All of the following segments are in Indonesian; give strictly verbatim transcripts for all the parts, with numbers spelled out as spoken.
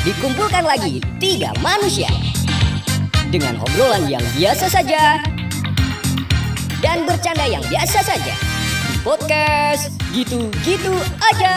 Dikumpulkan lagi tiga manusia dengan obrolan yang biasa saja dan bercanda yang biasa saja. Di podcast gitu-gitu aja.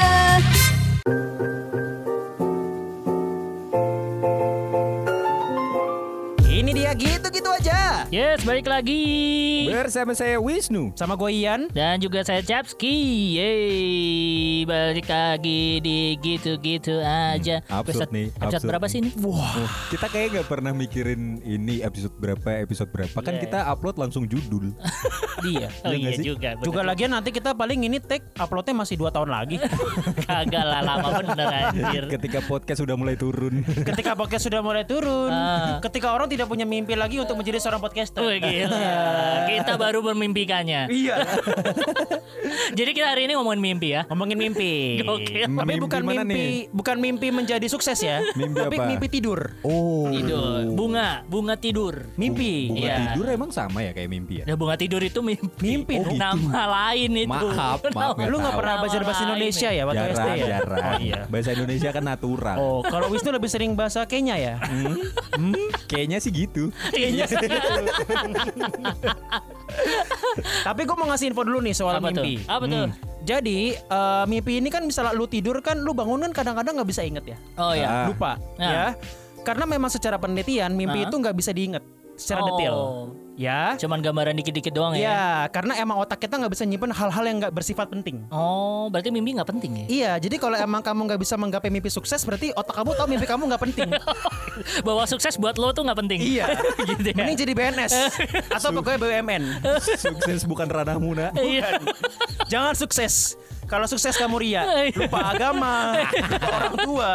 Ini dia gitu-gitu aja. Yes, balik lagi bersama saya Wisnu. Sama gue Ian. dan juga saya Capski. Yeay, balik lagi di gitu-gitu aja. Hmm, absurd episode, nih, episode absurd berapa nih. sih ini? Wah, Kita kayak gak pernah mikirin ini episode berapa, episode berapa. Kan Yeah. kita upload langsung judul. dia. Oh Iya iya nggak sih? juga. bener Juga lagian nanti kita paling ini take uploadnya masih dua tahun lagi. Kagak lah, lama bener anjir. Ketika podcast sudah mulai turun. Ketika podcast sudah mulai turun. Ah. Ketika orang tidak punya mimpi lagi untuk menjadi seorang podcaster. Wih, gila. Kita baru memimpikannya. Iya. Jadi kita hari ini ngomongin mimpi ya. Ngomongin mimpi. Gokil. Tapi Mimpi bukan mana mimpi, nih? bukan mimpi menjadi sukses ya. Mimpi tapi apa? mimpi tidur. Oh. Tidur, bunga, bunga tidur. Mimpi. Bunga Iya. tidur emang sama ya kayak mimpi ya? Ya bunga tidur itu mimpi. Mimpi Oh, dong. nama lain itu. Maaf, maaf, Lu nggak nggak tahu. pernah belajar bahasa Nama Indonesia lain ya waktu S D Jarang, ya? jarang. Oh iya. Bahasa Indonesia kan natural. Oh, kalau Wisnu lebih sering bahasa Kenya ya? Hmm, kayaknya sih gitu. Iya. Tapi gue mau ngasih info dulu nih soal Apa tuh? mimpi. Apa tuh? Jadi eh, mimpi ini kan misalnya lu tidur kan lu bangun kan kadang-kadang nggak bisa inget ya, Oh ya. Ah. lupa Nah. ya. Karena memang secara penelitian mimpi Ah. itu nggak bisa diinget secara Oh. detail, ya. Cuman gambaran dikit-dikit doang ya. Ya, karena emang otak kita nggak bisa nyimpen hal-hal yang nggak bersifat penting. Oh, berarti mimpi nggak penting ya? Iya, jadi kalau emang kamu nggak bisa menggapai mimpi sukses, berarti otak kamu tahu mimpi kamu nggak penting. Bahwa sukses buat lo tuh nggak penting. Iya, gitu ya. mending jadi B N S atau pokoknya B U M N. Sukses bukan ranahmu, nak. Iya. Jangan sukses. Kalau sukses kamu ria, lupa agama, lupa orang tua.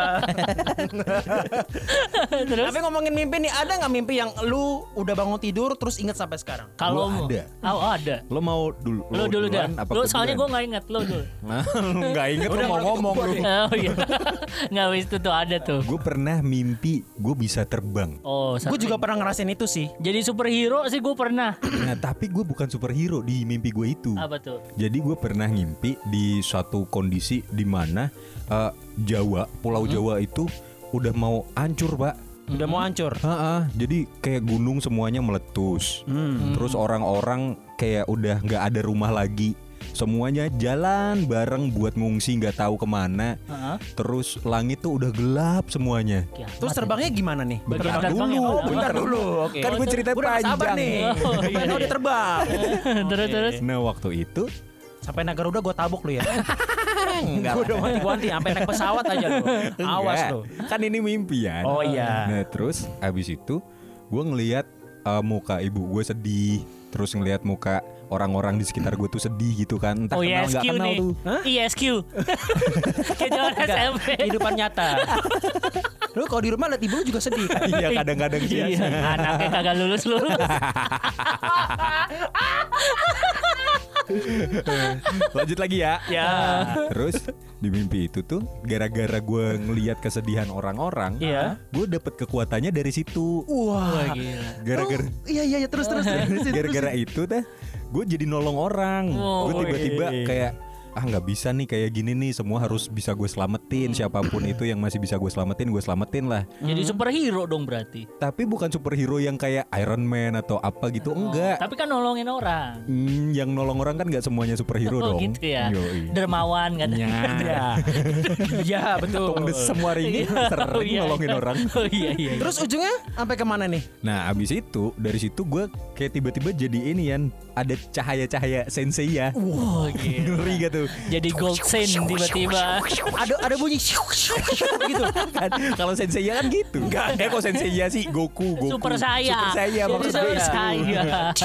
Terus Tapi ngomongin mimpi nih, ada nggak mimpi yang lu udah bangun tidur terus inget sampai sekarang? kalau Gua ada. Oh, ada. Lo mau dulu? Lo dulu dah. duluan apa Lo gua soalnya gue duluan? nggak inget lo dulu. Nah, nggak inget lo Udah, mau kalau gitu ngomong gua lu. deh. Oh iya. Nggak wis itu tuh ada tuh. Gue pernah mimpi gue bisa terbang. Oh, Gue juga pernah ngerasain itu sih. jadi superhero sih gue pernah. Nah tapi gue bukan superhero di mimpi gue itu. Apa tuh? Jadi gue pernah ngimpi di suatu kondisi di mana eh, Jawa, Pulau Jawa itu udah mau hancur, Pak. Udah mau hancur. Ha-ha, jadi kayak gunung semuanya meletus. Hmm. Terus orang-orang kayak udah nggak ada rumah lagi. Semuanya jalan bareng buat ngungsi nggak tahu kemana. Heeh. Terus langit tuh udah gelap semuanya. Kiamat Terus ya. terbangnya gimana nih? Bagian Bentar terbangnya dulu, mana? Oh, bentar dulu. Oke. Kan gue cerita Gue udah nggak sabar panjang. nih. Oh, iya. Pengen tahu dia terbang. terus terus. Nah waktu itu Sampai naik Garuda gue tabuk lu ya. enggak Gue udah wanti-wanti sampai naik pesawat aja lu. Awas Enggak. lu. Kan ini mimpi ya. Oh iya. Nah terus abis itu gue ngelihat uh, muka ibu gue sedih. Terus ngelihat muka orang-orang di sekitar gue tuh sedih gitu kan. Entah Oh kenal iya, nggak I S Q kenal nih. tuh. I S Q. Kayak jalan S Enggak, M P. kehidupan nyata. Lu kalau di rumah liat ibu lu juga sedih kan? Iya kadang-kadang sih. Iya, anaknya kagak lulus lulus. Lanjut lagi ya. Ya. Terus di mimpi itu tuh gara-gara gue ngelihat kesedihan orang-orang, Iya. gue dapet kekuatannya dari situ. Wah. Gila. Gara-gara Oh, iya iya iya, terus terus. terus. gara-gara itu teh gue jadi nolong orang. Oh, Gue tiba-tiba iya. kayak ah nggak bisa nih kayak gini nih, semua harus bisa gue selamatin. Siapapun itu yang masih bisa gue selamatin, gue selamatin lah. Jadi superhero dong berarti. Tapi bukan superhero yang kayak Iron Man atau apa gitu, enggak. Tapi kan nolongin orang. Hmm, yang nolong orang kan nggak semuanya superhero Oh dong. gitu ya. Yoi. Dermawan kan. Ya. Ya. Ya betul. Tung semua ringin sering Oh, iya. nolongin orang. Oh iya iya. Terus ujungnya sampai kemana nih? Nah abis itu dari situ gue kayak tiba-tiba jadi ini Yan, ada cahaya-cahaya sensei ya. Wah gila. Ngeri gak tuh? Jadi gold chain tiba-tiba. Ada ada bunyi gitu. Kan kalau sensei kan gitu. Enggak, eh kok sensei sih Goku, Goku. Super saya. Super saya maksud gue Super itu. saya.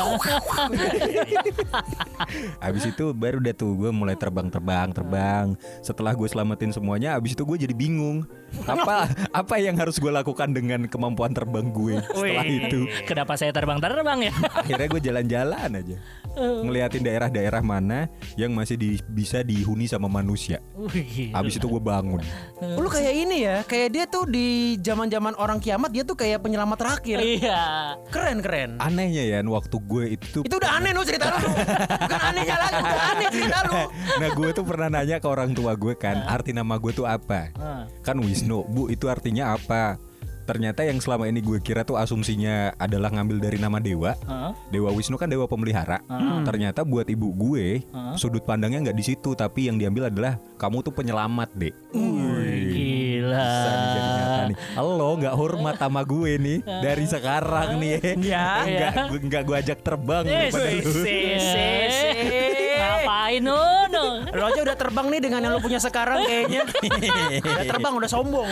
Abis itu baru dah tuh gue mulai terbang-terbang, terbang. Setelah gue selamatin semuanya, abis itu gue jadi bingung. Apa apa yang harus gue lakukan dengan kemampuan terbang gue setelah Wih, itu? Kenapa saya terbang-terbang ya? Akhirnya gue jalan-jalan aja. ngeliatin daerah-daerah mana yang masih di- bisa dihuni sama manusia. Wih, Abis itu gue bangun. Lu kayak ini ya, kayak dia tuh di zaman-zaman orang kiamat dia tuh kayak penyelamat terakhir. Iya. Keren keren. Anehnya ya, waktu gue itu tuh Itu udah aneh lu cerita lu. Bukan anehnya lagi, udah aneh cerita lu. Nah gue tuh pernah nanya ke orang tua gue kan, arti nama gue tuh apa? Ah. Kan Wisnu, Bu itu artinya apa? Ternyata yang selama ini gue kira tuh asumsinya adalah ngambil dari nama dewa. Heeh. Dewa Wisnu kan dewa pemelihara. Ternyata buat ibu gue sudut pandangnya nggak di situ, tapi yang diambil adalah kamu tuh penyelamat, Dek. Gila. Bisa nih jadi nyata nih. Lo nggak hormat sama gue nih dari sekarang nih. Ya. Nggak gue nggak gue ajak terbang daripada lu. Ngapain lu? no? Lo aja udah terbang nih dengan yang lo punya sekarang kayaknya. Udah terbang, udah sombong.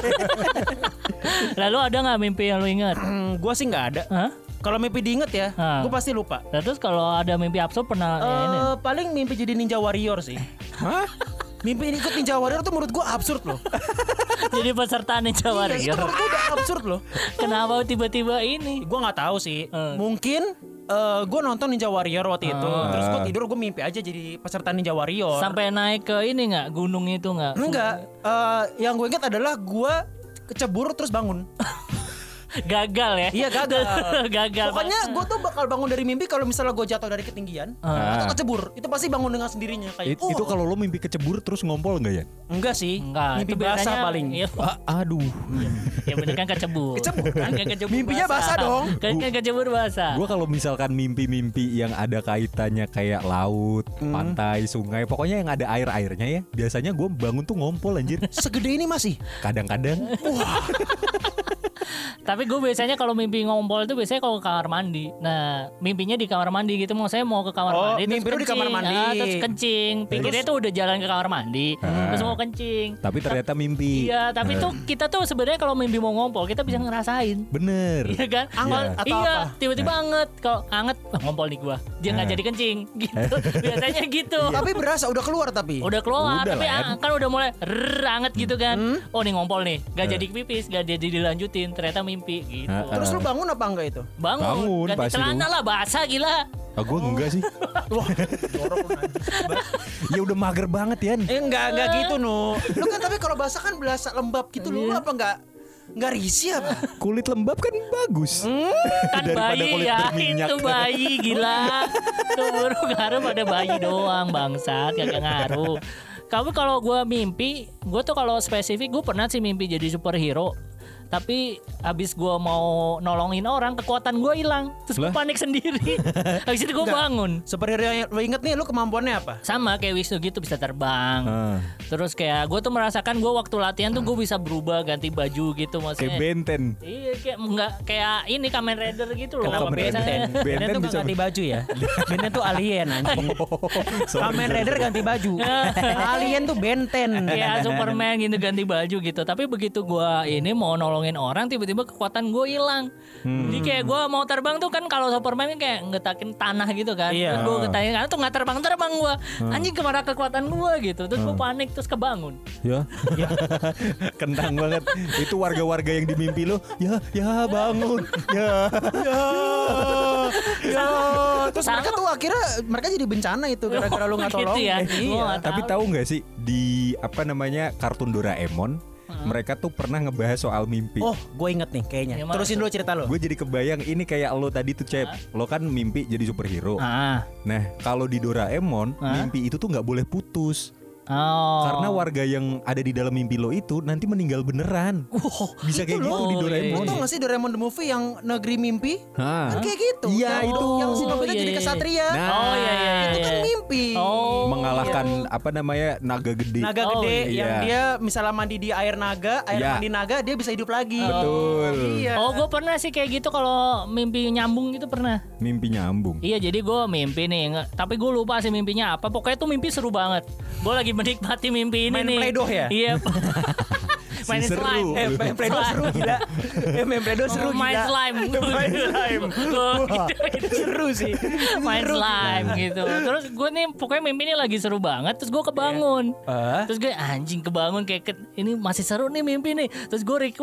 Lalu ada nggak mimpi yang lu ingat? Hmm, gue sih nggak ada. Hah? Kalau mimpi diinget ya, Ah. gue pasti lupa. Nah, terus kalau ada mimpi absurd pernah ya ini? Eh, paling mimpi jadi ninja warrior sih. Hah? Mimpi ikut ninja warrior tuh menurut gue absurd loh. Jadi peserta Ninja Iya, itu Warrior. menurut gue udah absurd loh. Kenapa tiba-tiba ini? Gue nggak tahu sih. Hmm. Mungkin eh, gue nonton Ninja Warrior waktu itu. Terus gue tidur, gue mimpi aja jadi peserta Ninja Warrior. Sampai naik ke ini nggak gunung itu nggak? Enggak. Eh, yang gue ingat adalah gue kecebur terus bangun. Gagal ya? Iya gagal. Gagal. Pokoknya gue tuh bakal bangun dari mimpi kalau misalnya gue jatuh dari ketinggian Ah. atau kecebur. Itu pasti bangun dengan sendirinya kayak. It- itu "Oh." kalau lo mimpi kecebur terus ngompol nggak ya? Enggak sih. Enggak. Mimpi itu basah biasanya- paling. Iya. Ah, aduh. Ya bener kan kecebur. Kecebur kan? Kan kecebur Mimpinya basah dong. Kan kan kecebur basah. Gue kalau misalkan mimpi-mimpi yang ada kaitannya kayak laut, pantai, sungai, pokoknya yang ada air-airnya ya, biasanya gue bangun tuh ngompol anjir. Segede ini masih. Kadang-kadang Tapi gue biasanya kalau mimpi ngompol itu biasanya kalau ke kamar mandi. Nah, mimpinya di kamar mandi gitu. Mau saya mau ke kamar Oh, mandi mimpi lu di kamar kencing. mandi. Ah, terus kencing. Pikirnya tuh udah jalan ke kamar mandi. Terus mau kencing. tapi ternyata mimpi. Iya, tapi tuh kita tuh sebenarnya kalau mimpi mau ngompol kita bisa ngerasain. Bener. Iya kan? Anget Kalau- atau iya, apa? tiba-tiba anget. Kalau anget, wah, ngompol nih gua. Dia nggak Nah. jadi kencing gitu. Biasanya gitu. Tapi berasa udah keluar tapi. Udah keluar, Udah tapi lah, ah, kan udah mulai rrrr, anget gitu kan. Oh nih ngompol nih, gak Eh. jadi pipis, gak jadi dilanjutin, ternyata mimpi gitu. Ah, Terus lu bangun apa enggak itu? Bangun, Bangun, ganti pasti celana dong. lah, basah gila. Ah, gue enggak sih. Wah, jorok lu najis banget. Ya udah mager banget Yan. Eh enggak enggak gitu nu. Lu kan tapi kalau basah kan berasa lembab gitu lu. Lu apa enggak enggak risih apa? Kulit lembab kan bagus. Kan Daripada bayi kulit ya, berminyak. itu bayi gila. Tuh burung ngaruh pada bayi doang, bangsat, kagak ngaruh. Kamu kalau gue mimpi, gue tuh kalau spesifik gue pernah sih mimpi jadi superhero. Tapi abis gue mau nolongin orang, kekuatan gue hilang. Terus gue Lah? panik sendiri. Habis itu gue Enggak. bangun. Superhero yang lu inget nih lu kemampuannya apa? Sama kayak Wisnu gitu, bisa terbang. Ah, Terus kayak gue tuh merasakan gue waktu latihan tuh gue bisa berubah, ganti baju gitu kayak maksudnya. Benten. Iya kayak enggak kayak ini Kamen Rider gitu loh. Kenapa Kamen Benten? Rider. Benten Benten tuh bisa- gak ganti baju ya? Benten tuh alien anjing. Kamen Rider ganti baju. Alien tuh Benten. Kayak Superman gitu ganti baju gitu. Tapi begitu gua ini mau nolongin orang, tiba-tiba kekuatan gue hilang. Jadi kayak gua mau terbang tuh kan kalau Superman kan kayak ngetakin tanah gitu kan. Iya. Terus gue ngetakin tanah tuh nggak terbang-terbang gua. Anjing kemana kekuatan gua gitu. Terus gua panik terus kebangun. Ya. Kentang banget. Itu warga-warga yang di mimpi lo, ya, ya bangun. Ya. Ya, ya. Terus Sama. mereka tuh akhirnya mereka jadi bencana itu gara-gara lu nggak Gitu tolong. ya? Eh, Gua Iya. nggak Tapi tahu. tahu nggak sih di apa namanya kartun Doraemon, mereka tuh pernah ngebahas soal mimpi. Oh, gue inget nih kayaknya. Yang mana Terusin tuh? dulu cerita lo. Gue jadi kebayang ini kayak lo tadi tuh Cep. Lo kan mimpi jadi superhero. Ah. Nah kalau di Doraemon Hah? mimpi itu tuh nggak boleh putus. Oh. Karena warga yang ada di dalam mimpi lo itu nanti meninggal beneran. Bisa kayak gitu loh. di Oh, Doraemon. iya, Tau gak sih Doraemon the Movie yang negeri mimpi? Hah. Kan kayak gitu. Iya, Yang- itu. Yang si Nobita Iya, jadi iya, kesatria. Nah, Oh iya iya iya. Itu kan iya. mimpi. Oh. mengalahkan apa namanya naga gede. Naga Oh, gede iya. yang dia misalnya mandi di air naga, air Iya. mandi naga dia bisa hidup lagi. Betul. Iya. Oh, gue pernah sih kayak gitu kalau mimpi nyambung gitu pernah. Mimpi nyambung. Iya, jadi gue mimpi nih, nge- tapi gue lupa sih mimpinya apa. Pokoknya tuh mimpi seru banget. Gue lagi menikmati mimpi ini Main nih. Play-Doh ya? Iya. Main Si seru. slime. Eh, main Play-Doh seru gila. Eh, main Play-Doh seru gila. Main slime. Main slime. Oh, gitu, gitu. Seru sih. Main Seru slime gila. gitu. Terus gue nih pokoknya mimpi ini lagi seru banget. Terus gue kebangun. Ah. Terus gue anjing kebangun kayak ke- ini masih seru nih mimpi nih. Terus gue request,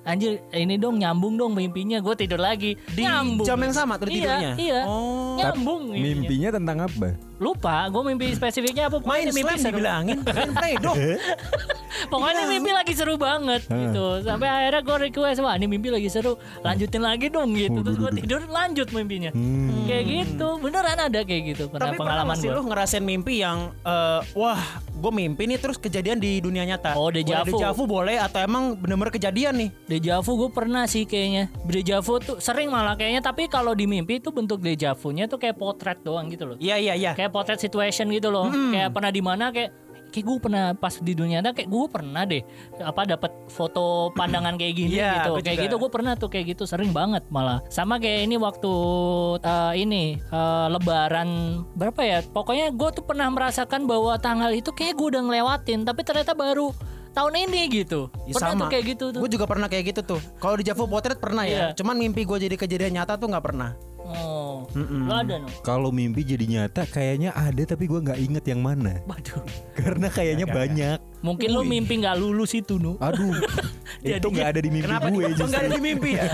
anjir ini dong nyambung dong mimpinya, gue tidur lagi Di nyambung. jam yang sama tuh Iya, tidurnya. iya. Oh. Nyambung mimpinya. Mimpinya tentang apa? Lupa, gue mimpi spesifiknya apa? Main Pokoknya mimpi slam seru. dibilangin, main play doh. Pokoknya mimpi lagi seru banget gitu. Sampai akhirnya gue request, wah ini mimpi lagi seru, lanjutin lagi dong gitu. Terus gue tidur lanjut mimpinya. Hmm. Kayak gitu, beneran ada kayak gitu. Pernah Tapi pernah pengalaman masih gue. lu ngerasain mimpi yang eh, wah, gue mimpi nih terus kejadian di dunia nyata. Oh, deja Boleh vu. deja vu boleh atau emang bener-bener kejadian nih? Deja vu gue pernah sih kayaknya. Deja vu tuh sering malah kayaknya, tapi kalau di mimpi itu bentuk deja vu-nya tuh kayak potret doang gitu loh. Iya iya iya. Kayak potret situation gitu loh. Kayak pernah di mana kayak kayak gue pernah pas di dunia nyata kayak gue pernah deh apa dapat foto pandangan kayak gini Iya, gitu. aku Kayak juga. gitu gue pernah tuh kayak gitu sering banget malah. Sama kayak ini waktu uh, ini uh, lebaran berapa ya? Pokoknya gue tuh pernah merasakan bahwa tanggal itu kayak gue udah ngelewatin tapi ternyata baru tahun ini gitu. Ya, Pernah sama. tuh kayak gitu tuh. Gue juga pernah kayak gitu tuh. Kalau di Javu potret pernah ya. Iya. Cuman mimpi gue jadi kejadian nyata tuh nggak pernah. Oh, Mm-mm. lu ada no? Kalau mimpi jadi nyata kayaknya ada tapi gue nggak inget yang mana. Waduh. Karena kayaknya banyak. Mungkin lu mimpi nggak lulus itu no. Aduh, itu nggak ada di mimpi Kenapa gue gue justru. nggak ada di mimpi ya?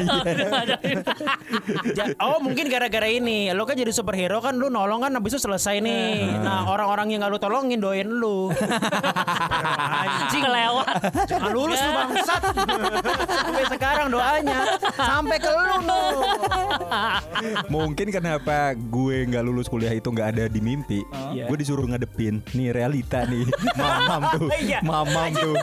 Ja- oh mungkin gara-gara ini. Lo kan jadi superhero kan, lu nolong kan habis itu selesai nih. Nah orang-orang yang nggak lu tolongin doain lu. Anjing kelewat. Jangan lulus lu bangsat. Sampai sekarang doanya sampai ke lu no. Mungkin kenapa gue nggak lulus kuliah itu nggak ada di mimpi. Iya. Gue disuruh ngadepin nih realita nih. Mamam tuh, Iya. mamam tuh.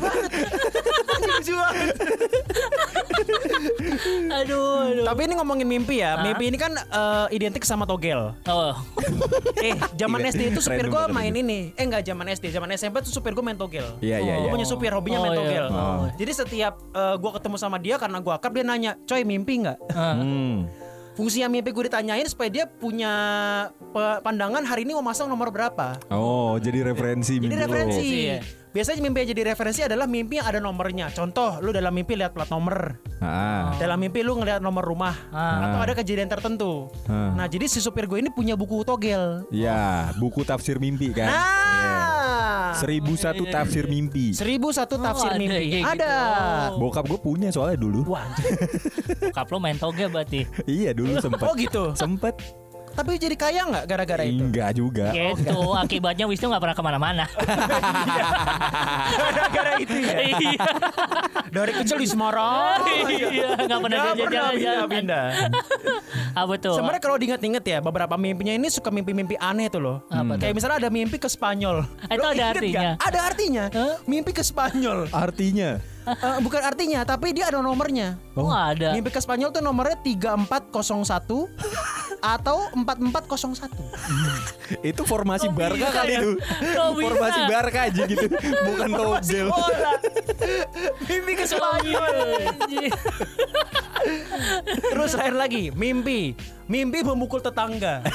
Aduh, aduh. Tapi ini ngomongin mimpi ya. Mimpi ini kan eh, identik sama togel. Oh. Eh, zaman Iya, S D itu supir random gue banget main ini. ini. Eh enggak zaman S D, zaman S M P tuh supir gue main togel. Iya iya Gue iya. punya supir, hobinya Oh, main iya. togel. Oh. Jadi setiap eh, gue ketemu sama dia karena gue akrab, dia nanya, coy mimpi nggak? Hmm. Fungsinya mimpi gue ditanyain supaya dia punya pe- pandangan hari ini mau masang nomor berapa. Oh, jadi referensi Jadi mimpi lo. referensi. Iya. Biasanya mimpi yang jadi referensi adalah mimpi yang ada nomornya. Contoh, lu dalam mimpi lihat plat nomor. Ah. Dalam mimpi lu ngeliat nomor rumah. Ah. Atau ada kejadian tertentu. Ah. Nah, jadi si supir gue ini punya buku togel. Ya, buku tafsir mimpi kan. Nah, Seribu satu tafsir mimpi. seribu satu tafsir ada mimpi. kayak gitu. Ada. Bokap gue punya soalnya dulu. Wah, Bokap lo main toge berarti. Iya dulu sempet. oh gitu. Sempet. Tapi jadi kaya nggak gara-gara itu? Enggak juga. Gitu, akibatnya Wisnu gak pernah kemana-mana. Gara-gara itu ya. Iya, Dari kecil di Semarang. iya, gak pernah Nggak pernah jajan-jajan. pindah-pindah. Ah betul. Sebenarnya kalau diinget-inget ya, beberapa mimpinya ini suka mimpi-mimpi aneh tuh loh. Apa tuh? Kayak misalnya ada mimpi ke Spanyol. Itu Lo ada inget artinya? nggak? Ada artinya. Hah? Mimpi ke Spanyol. Artinya. Eh, bukan artinya, tapi dia ada nomornya. Oh, ada. Mimpi ke Spanyol tuh nomornya tiga empat nol satu atau empat empat nol satu. Itu formasi Kok Barca bisa kali ya? itu. Kok bisa? Formasi Barca aja gitu. Bukan togel. Bola. Mimpi ke Spanyol. Terus lain lagi, mimpi. Mimpi memukul tetangga.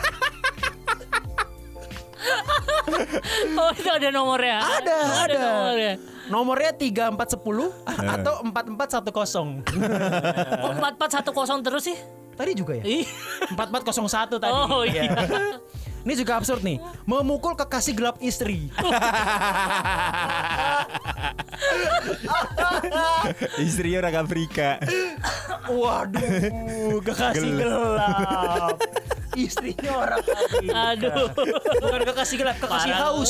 Oh itu ada nomornya. Ada, Oh, ada. nomornya. Nomornya tiga empat satu nol atau empat empat satu nol. Oh empat empat satu kosong terus sih. Tadi juga ya? Ih. empat empat nol satu tadi. Oh iya. Ini juga absurd nih. Memukul kekasih gelap istri. Istrinya orang Afrika. Waduh, kekasih Gelap. gelap. Istrinya orang Afrika. Aduh. Bukan kekasih gelap, kekasih Parah. haus.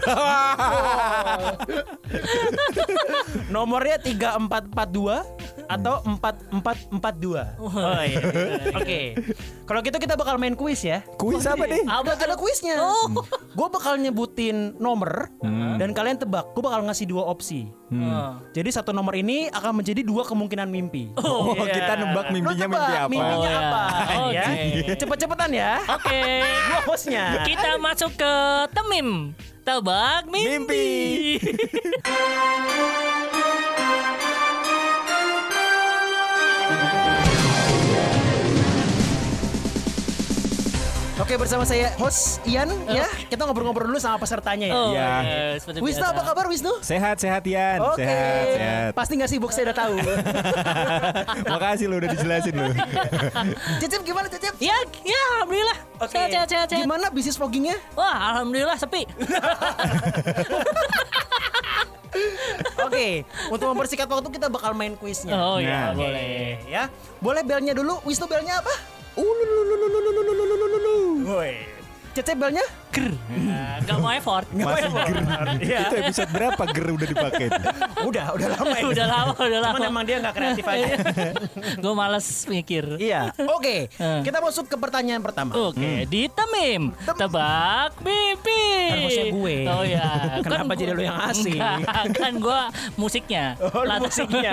Nomornya tiga empat empat dua atau empat empat empat dua. Oh iya. Oke. Kalau gitu kita bakal main kuis ya. Kuis apa deh? Apa Ada, ada kuisnya. Oh. Gue bakal nyebutin nomor dan kalian tebak. Gue bakal ngasih dua opsi. Oh. Jadi satu nomor ini akan menjadi dua kemungkinan mimpi. Oh, iya. kita nebak Lu mimpinya tebak mimpi apa? Mimpinya Oh, iya. apa? Oke. Ya. Cepet-cepetan ya. Oke. Gua hostnya. Kita masuk ke Temim. Tebak mimpi. Mimpi. Oke, bersama saya host Ian ya. Kita ngobrol-ngobrol dulu sama pesertanya ya. Oh, Iya. iya, seperti Wisnu biasa. apa kabar Wisnu? Sehat sehat Yan. Oke. Sehat sehat. Pasti nggak sibuk, saya udah tahu. Makasih lo udah dijelasin lo. Cecep gimana Cecep? Ya, ya alhamdulillah. Oke. Sehat, sehat, sehat, sehat. Gimana bisnis vloggingnya? Wah, alhamdulillah sepi. Oke, untuk mempersingkat waktu kita bakal main kuisnya. Oh Nah. iya, boleh. Ya, boleh belnya dulu. Wisnu belnya apa? Woi. Cece belnya? Nah, Gak mau effort. Masih ger. Iya. Itu episode berapa ger udah dipakai? Udah, udah lama ya. Udah lama, udah lama. Cuman emang dia nggak kreatif aja. Gue males mikir. Iya. Oke, kita masuk ke pertanyaan pertama. Oke, di Temim tebak mimpi. Harusnya gue. Oh ya. Kenapa jadi lu yang asing? Enggak, kan gue musiknya. Oh, lu Latar- musiknya.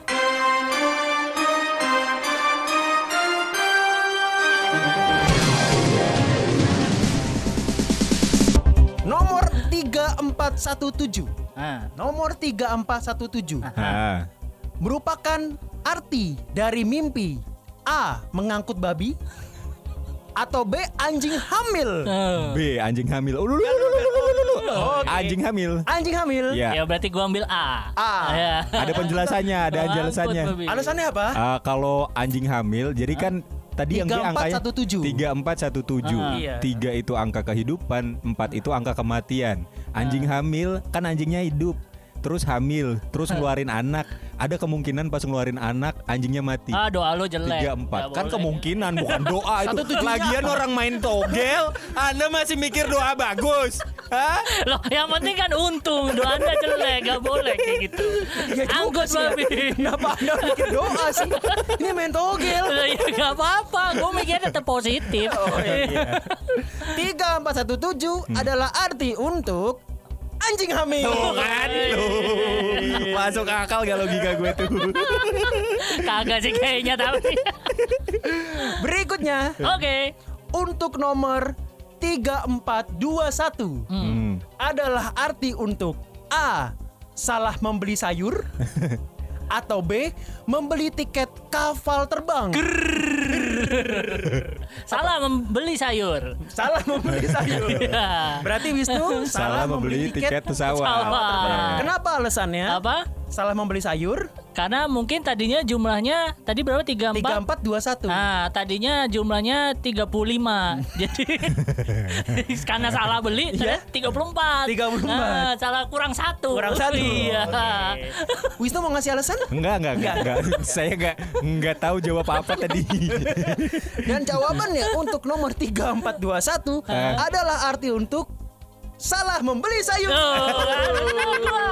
Nomor tiga empat satu tujuh. Ah. Nomor tiga empat satu tujuh Ah. merupakan arti dari mimpi A. Mengangkut babi atau B. Anjing hamil. Eh. B anjing hamil. Oh, lu, lu, lu, lu, lu, lu, lu, lu. Oke. Anjing hamil. Anjing hamil. Ya. Ya berarti gue ambil A. A. Ya. Ada penjelasannya, ada Mengangkut penjelasannya. babi. Alasannya apa? Ah, kalau anjing hamil, jadi kan tadi yang B tiga empat angkanya satu tujuh. tiga empat satu tujuh. Ah. Iya. tiga itu angka kehidupan, empat itu angka kematian. Anjing hamil kan anjingnya hidup. Terus hamil, terus ngeluarin anak. Ada kemungkinan pas ngeluarin anak anjingnya mati. Ah doa lo jelek. Tiga empat Nggak kan boleh. kemungkinan bukan doa itu. Satu tujuhnya Lagian apa? orang main togel, Anda masih mikir doa bagus. Hah? Loh, yang penting kan untung. Doa Anda jelek, gak boleh kayak gitu. Ya juga Angkut sih ya. babi. Kenapa Anda mikir doa sih? Ini main togel. Ya gak apa-apa, gue mikirnya tetap positif. Oh iya. tiga empat satu tujuh adalah arti untuk anjing hamil. Tuh kan lu. Masuk akal gak logika gue tuh. Kagak sih kayaknya tapi. Berikutnya Oke. untuk nomor tiga empat dua satu Hmm. adalah arti untuk A. Salah membeli sayur atau B. Membeli tiket kapal terbang. Salah membeli sayur. Salah membeli sayur. Iya. Berarti Wisnu Salah membeli tiket pesawat. Pesawat. Kenapa alasannya? Apa? Salah membeli sayur? Karena mungkin tadinya jumlahnya tadi berapa? tiga puluh empat. tiga empat dua satu. Nah, tadinya jumlahnya tiga puluh lima. Jadi karena salah beli Iya. ternyata tiga puluh empat. tiga puluh empat. Nah, salah kurang satu. Kurang satu. Iya. Wisnu mau ngasih alasan? Enggak, enggak, enggak, enggak. Saya enggak enggak tahu jawab apa tadi. Dan jawabannya untuk nomor tiga empat dua satu Eh. adalah arti untuk salah membeli sayur. Tuh, kenapa?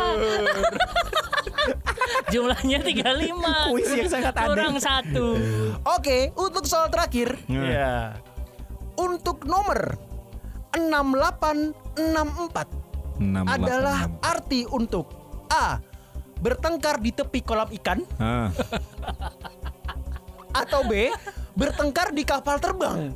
Jumlahnya tiga puluh lima. Kuis yang sangat aneh. Kurang satu. Oke, untuk soal terakhir. Iya. Untuk nomor enam delapan enam empat enam, adalah delapan, enam. arti untuk A. Bertengkar di tepi kolam ikan Ah. atau B. Bertengkar di kapal terbang.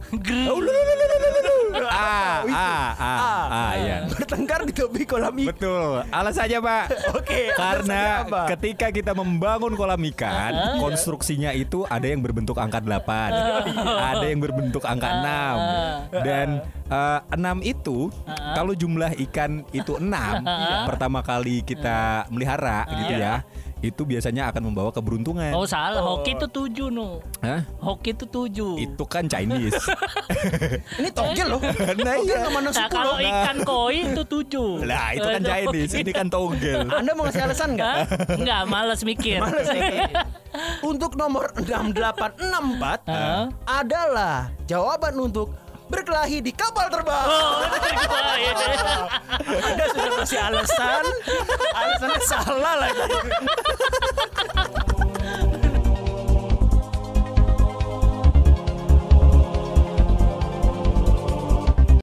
Ah, ah, ah, ah, ya. Bertengkar di tepi kolam ikan. Betul. Alasannya, Pak. Oke, Karena alasannya apa? ketika kita membangun kolam ikan, konstruksinya itu ada yang berbentuk angka delapan, ada yang berbentuk angka enam. Dan eh, enam itu kalau jumlah ikan itu enam, pertama kali kita melihara gitu ya, itu biasanya akan membawa keberuntungan. Oh salah, hoki itu tujuh no. Hah? Hoki itu tujuh. Itu kan Chinese. Ini togel loh. Nah, Togel iya. sama nasi Nah kalau kulo. ikan koi itu tujuh. Lah, itu kan Chinese, ini kan togel. Anda mau ngasih alasan nggak? Hah? Enggak, males mikir. Males nih. Untuk nomor enam delapan enam empat Hah? adalah jawaban untuk berkelahi di kapal terbang. Oh, Anda sudah kasih alasan, alasannya salah lagi.